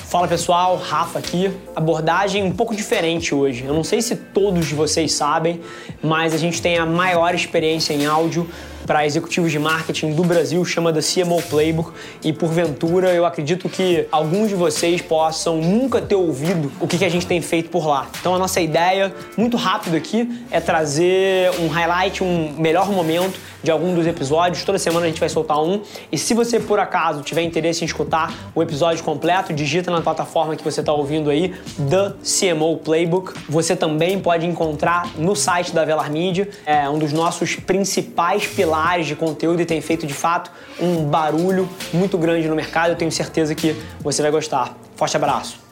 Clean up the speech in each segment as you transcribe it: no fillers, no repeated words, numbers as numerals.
Fala pessoal, Rafa aqui. Abordagem um pouco diferente hoje. Eu não sei se todos vocês sabem, mas a gente tem a maior experiência em áudio para executivos de marketing do Brasil, chama The CMO Playbook, e porventura eu acredito que alguns de vocês possam nunca ter ouvido o que a gente tem feito por lá. Então a nossa ideia, muito rápido aqui, é trazer um highlight, um melhor momento de algum dos episódios. Toda semana a gente vai soltar um, e se você por acaso tiver interesse em escutar o episódio completo, digita na plataforma que você está ouvindo aí, The CMO Playbook. Você também pode encontrar no site da Velar Media, é um dos nossos principais pilares de conteúdo e tem feito de fato um barulho muito grande no mercado. Eu tenho certeza que você vai gostar. Forte abraço.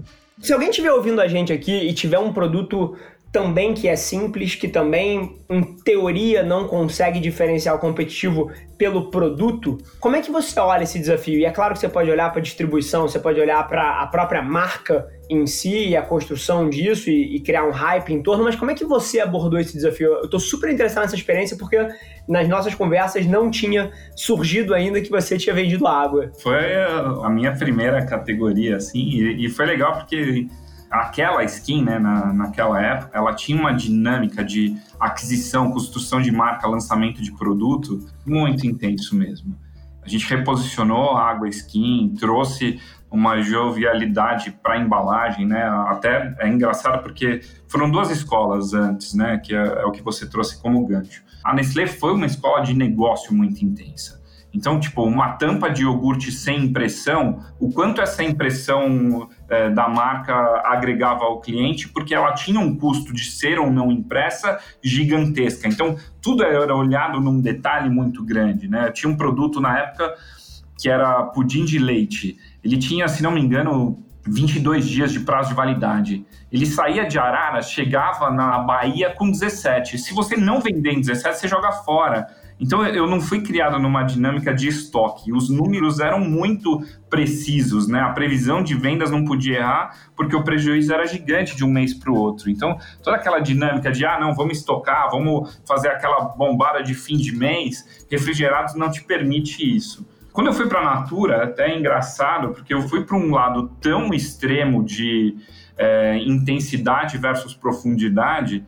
Se alguém estiver ouvindo a gente aqui e tiver um produto também que é simples, que também, em teoria, não consegue diferenciar o competitivo pelo produto, como é que você olha esse desafio? E é claro que você pode olhar para a distribuição, você pode olhar para a própria marca em si e a construção disso e criar um hype em torno, mas como é que você abordou esse desafio? Eu estou super interessado nessa experiência porque nas nossas conversas não tinha surgido ainda que você tinha vendido água. Foi a minha primeira categoria, assim, e foi legal porque aquela skin, né, naquela época, ela tinha uma dinâmica de aquisição, construção de marca, lançamento de produto muito intenso mesmo. A gente reposicionou a água skin, trouxe uma jovialidade para a embalagem, né? Até é engraçado porque foram duas escolas antes, né? Que é o que você trouxe como gancho. A Nestlé foi uma escola de negócio muito intensa. Então, tipo, uma tampa de iogurte sem impressão, o quanto essa impressão da marca agregava ao cliente, porque ela tinha um custo de ser ou não impressa gigantesca. Então, tudo era olhado num detalhe muito grande, né? Tinha um produto na época que era pudim de leite. Ele tinha, se não me engano, 22 dias de prazo de validade. Ele saía de Araras, chegava na Bahia com 17. Se você não vender em 17, você joga fora. Então, eu não fui criado numa dinâmica de estoque. Os números eram muito precisos, né? A previsão de vendas não podia errar, porque o prejuízo era gigante de um mês para o outro. Então, toda aquela dinâmica de, não, vamos estocar, vamos fazer aquela bombada de fim de mês, refrigerados não te permite isso. Quando eu fui para a Natura, até é engraçado, porque eu fui para um lado tão extremo de intensidade versus profundidade,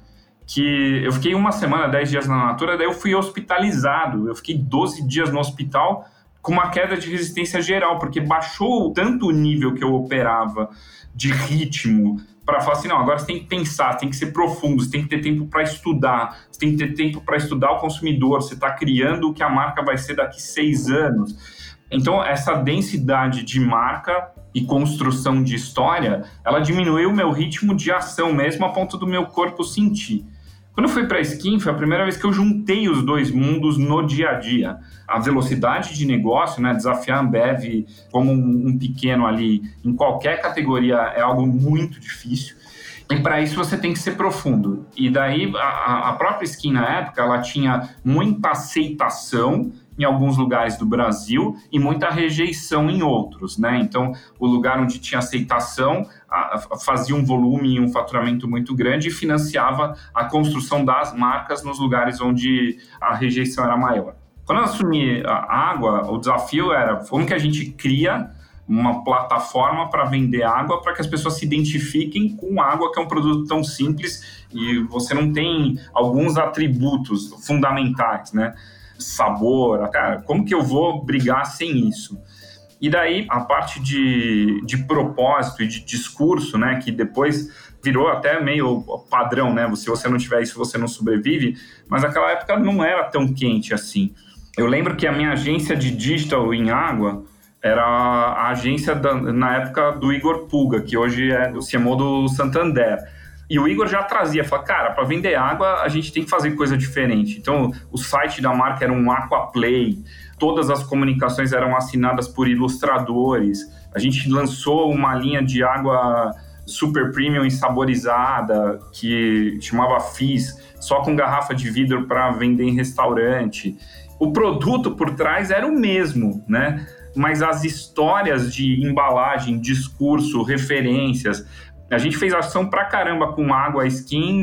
que eu fiquei uma semana, 10 dias na Natura, daí eu fui hospitalizado. Eu fiquei 12 dias no hospital com uma queda de resistência geral, porque baixou tanto o nível que eu operava de ritmo para falar assim, não, agora você tem que pensar, tem que ser profundo, você tem que ter tempo para estudar, você tem que ter tempo para estudar o consumidor, você está criando o que a marca vai ser daqui 6 anos. Então, essa densidade de marca e construção de história, ela diminuiu o meu ritmo de ação mesmo a ponto do meu corpo sentir. Quando eu fui para a Skin, foi a primeira vez que eu juntei os dois mundos no dia a dia. A velocidade de negócio, né, desafiar a Ambev como um pequeno ali em qualquer categoria é algo muito difícil. E para isso você tem que ser profundo. E daí a própria Skin na época, ela tinha muita aceitação em alguns lugares do Brasil e muita rejeição em outros, né? Então, o lugar onde tinha aceitação fazia um volume e um faturamento muito grande e financiava a construção das marcas nos lugares onde a rejeição era maior. Quando eu assumi a água, o desafio era como que a gente cria uma plataforma para vender água para que as pessoas se identifiquem com água, que é um produto tão simples e você não tem alguns atributos fundamentais, né? Sabor, cara, como que eu vou brigar sem isso? E daí a parte de propósito e de discurso, né, que depois virou até meio padrão, né, se você não tiver isso, você não sobrevive, mas naquela época não era tão quente assim. Eu lembro que a minha agência de digital em água era a agência na época do Igor Puga, que hoje é do CMO do Santander. E o Igor já trazia, falava, cara, para vender água a gente tem que fazer coisa diferente. Então, o site da marca era um Aquaplay, todas as comunicações eram assinadas por ilustradores, a gente lançou uma linha de água super premium e saborizada, que chamava Fizz, só com garrafa de vidro para vender em restaurante. O produto por trás era o mesmo, né? Mas as histórias de embalagem, discurso, referências. A gente fez ação pra caramba com água, Skin,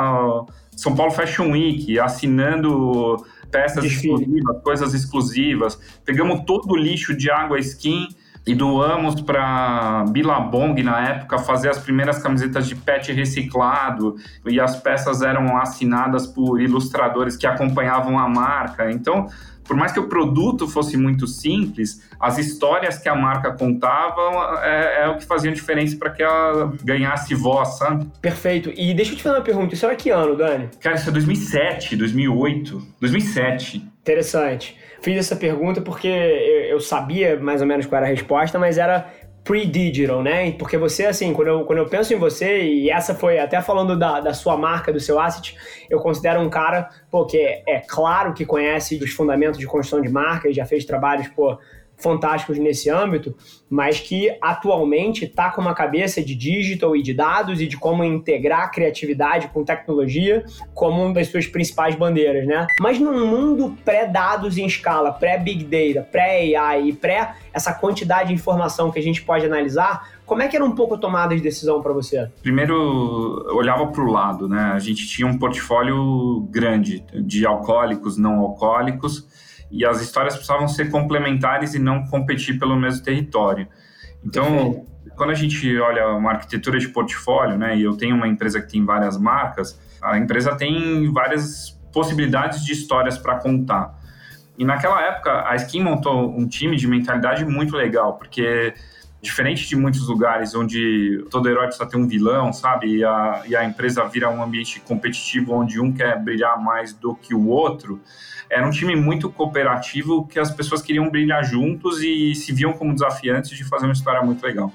São Paulo Fashion Week, assinando peças exclusivas, coisas exclusivas. Pegamos todo o lixo de água Skin e doamos para Billabong, na época, fazer as primeiras camisetas de PET reciclado, e as peças eram assinadas por ilustradores que acompanhavam a marca. Então, por mais que o produto fosse muito simples, as histórias que a marca contava é o que fazia diferença para que ela ganhasse voz, sabe? Perfeito. E deixa eu te fazer uma pergunta. Isso era que ano, Dani? Cara, isso é 2007, 2008, 2007. Interessante. Fiz essa pergunta porque eu sabia mais ou menos qual era a resposta, mas era pre-digital, né? Porque você, assim, quando eu penso em você, e essa foi, até falando da sua marca, do seu asset, eu considero um cara, que é claro que conhece os fundamentos de construção de marca e já fez trabalhos, fantásticos nesse âmbito, mas que atualmente está com uma cabeça de digital e de dados e de como integrar criatividade com tecnologia como uma das suas principais bandeiras, né? Mas num mundo pré-dados em escala, pré-big data, pré-AI e pré essa quantidade de informação que a gente pode analisar, como é que era um pouco a tomada de decisão para você? Primeiro, eu olhava para o lado, né? A gente tinha um portfólio grande de alcoólicos, não alcoólicos, e as histórias precisavam ser complementares e não competir pelo mesmo território. Então, quando a gente olha uma arquitetura de portfólio, né, e eu tenho uma empresa que tem várias marcas, a empresa tem várias possibilidades de histórias para contar. E naquela época, a Skin montou um time de mentalidade muito legal, porque diferente de muitos lugares onde todo herói precisa ter um vilão, sabe? E a empresa vira um ambiente competitivo onde um quer brilhar mais do que o outro, era um time muito cooperativo que as pessoas queriam brilhar juntos e se viam como desafiantes de fazer uma história muito legal.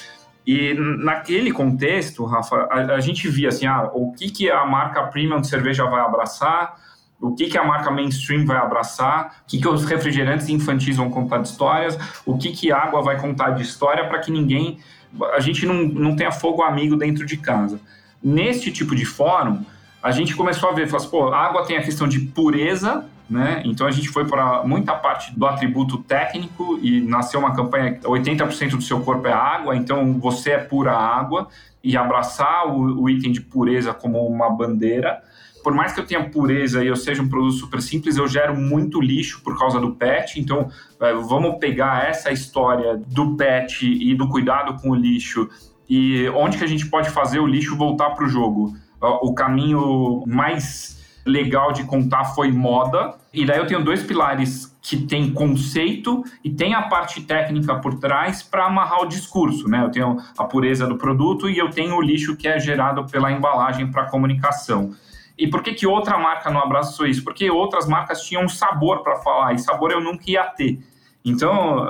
E naquele contexto, Rafa, a gente via assim, o que a marca premium de cerveja vai abraçar, o que a marca mainstream vai abraçar, o que os refrigerantes infantis vão contar de histórias, o que a água vai contar de história para que a gente não tenha fogo amigo dentro de casa. Neste tipo de fórum, a gente começou a ver, falou assim, a água tem a questão de pureza, né? Então a gente foi para muita parte do atributo técnico e nasceu uma campanha, 80% do seu corpo é água, então você é pura água, e abraçar o item de pureza como uma bandeira. Por mais que eu tenha pureza e eu seja um produto super simples, eu gero muito lixo por causa do PET, então vamos pegar essa história do PET e do cuidado com o lixo e onde que a gente pode fazer o lixo voltar para o jogo. O caminho mais legal de contar foi moda, e daí eu tenho dois pilares que tem conceito e tem a parte técnica por trás para amarrar o discurso, né? Eu tenho a pureza do produto e eu tenho o lixo que é gerado pela embalagem para comunicação. E por que outra marca não abraçou isso? Porque outras marcas tinham um sabor para falar, e sabor eu nunca ia ter. Então,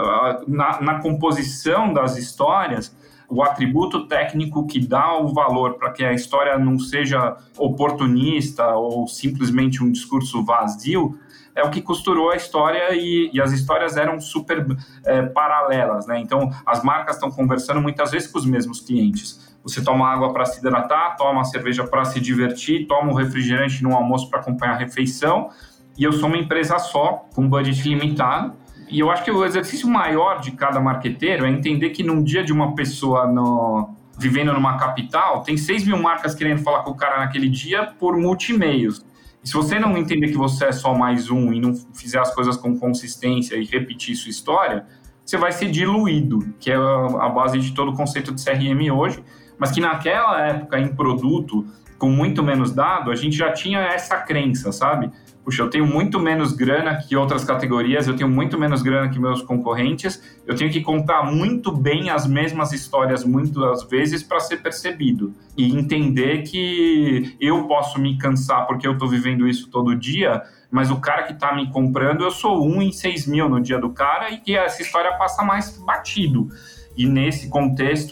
na composição das histórias, o atributo técnico que dá o valor para que a história não seja oportunista ou simplesmente um discurso vazio, é o que costurou a história, e as histórias eram super paralelas, né? Então, as marcas estão conversando muitas vezes com os mesmos clientes. Você toma água para se hidratar, toma cerveja para se divertir, toma um refrigerante no almoço para acompanhar a refeição, e eu sou uma empresa só, com budget limitado. E eu acho que o exercício maior de cada marqueteiro é entender que num dia de uma pessoa vivendo numa capital, tem 6 mil marcas querendo falar com o cara naquele dia por multimeios. E se você não entender que você é só mais um e não fizer as coisas com consistência e repetir sua história, você vai ser diluído, que é a base de todo o conceito de CRM hoje, mas que naquela época, em produto, com muito menos dado, a gente já tinha essa crença, sabe? Puxa, eu tenho muito menos grana que outras categorias, eu tenho muito menos grana que meus concorrentes, eu tenho que contar muito bem as mesmas histórias muitas vezes para ser percebido. E entender que eu posso me cansar porque eu estou vivendo isso todo dia, mas o cara que está me comprando, eu sou 1 em 6 mil no dia do cara, e que essa história passa mais batido. E nesse contexto,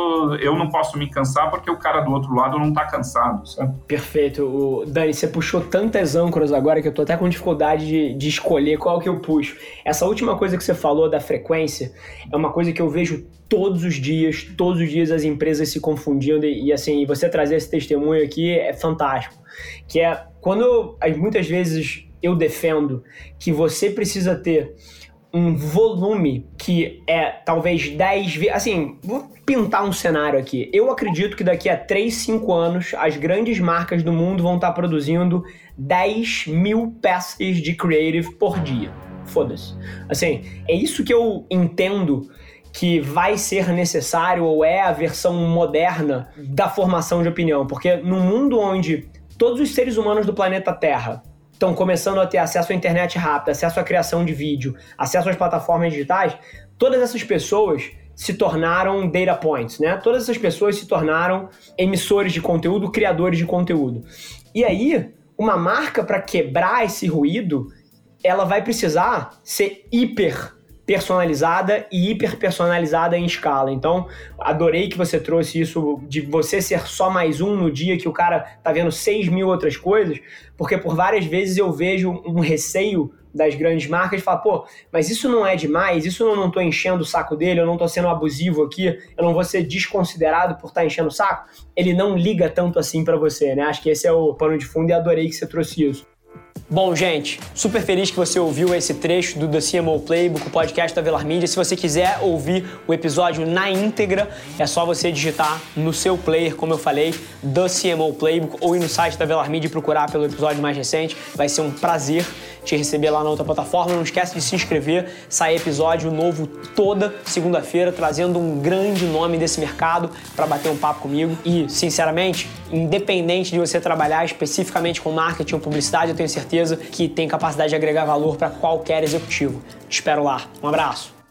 eu não posso me cansar porque o cara do outro lado não tá cansado, sabe? Perfeito. Dani, você puxou tantas âncoras agora que eu tô até com dificuldade de escolher qual que eu puxo. Essa última coisa que você falou da frequência é uma coisa que eu vejo todos os dias as empresas se confundindo, e assim, você trazer esse testemunho aqui é fantástico. Que é quando muitas vezes eu defendo que você precisa ter um volume que é talvez 10 vezes... Assim, vou pintar um cenário aqui. Eu acredito que daqui a 3, 5 anos, as grandes marcas do mundo vão estar produzindo 10 mil peças de creative por dia. Foda-se. Assim, é isso que eu entendo que vai ser necessário ou é a versão moderna da formação de opinião. Porque no mundo onde todos os seres humanos do planeta Terra estão começando a ter acesso à internet rápida, acesso à criação de vídeo, acesso às plataformas digitais, todas essas pessoas se tornaram data points, né? Todas essas pessoas se tornaram emissores de conteúdo, criadores de conteúdo. E aí, uma marca, para quebrar esse ruído, ela vai precisar ser hiper personalizada e hiperpersonalizada em escala. Então, adorei que você trouxe isso de você ser só mais um no dia que o cara tá vendo 6 mil outras coisas, porque por várias vezes eu vejo um receio das grandes marcas de falar, pô, mas isso não é demais, isso eu não tô enchendo o saco dele, eu não tô sendo abusivo aqui, eu não vou ser desconsiderado por estar enchendo o saco. Ele não liga tanto assim pra você, né? Acho que esse é o pano de fundo e adorei que você trouxe isso. Bom, gente, super feliz que você ouviu esse trecho do The CMO Playbook, o podcast da Velar Mídia. Se você quiser ouvir o episódio na íntegra, é só você digitar no seu player, como eu falei, The CMO Playbook, ou ir no site da Velar Mídia e procurar pelo episódio mais recente. Vai ser um prazer te receber lá na outra plataforma. Não esquece de se inscrever, sai episódio novo toda segunda-feira, trazendo um grande nome desse mercado para bater um papo comigo. E, sinceramente, independente de você trabalhar especificamente com marketing ou publicidade, eu tenho certeza que tem capacidade de agregar valor para qualquer executivo. Te espero lá. Um abraço.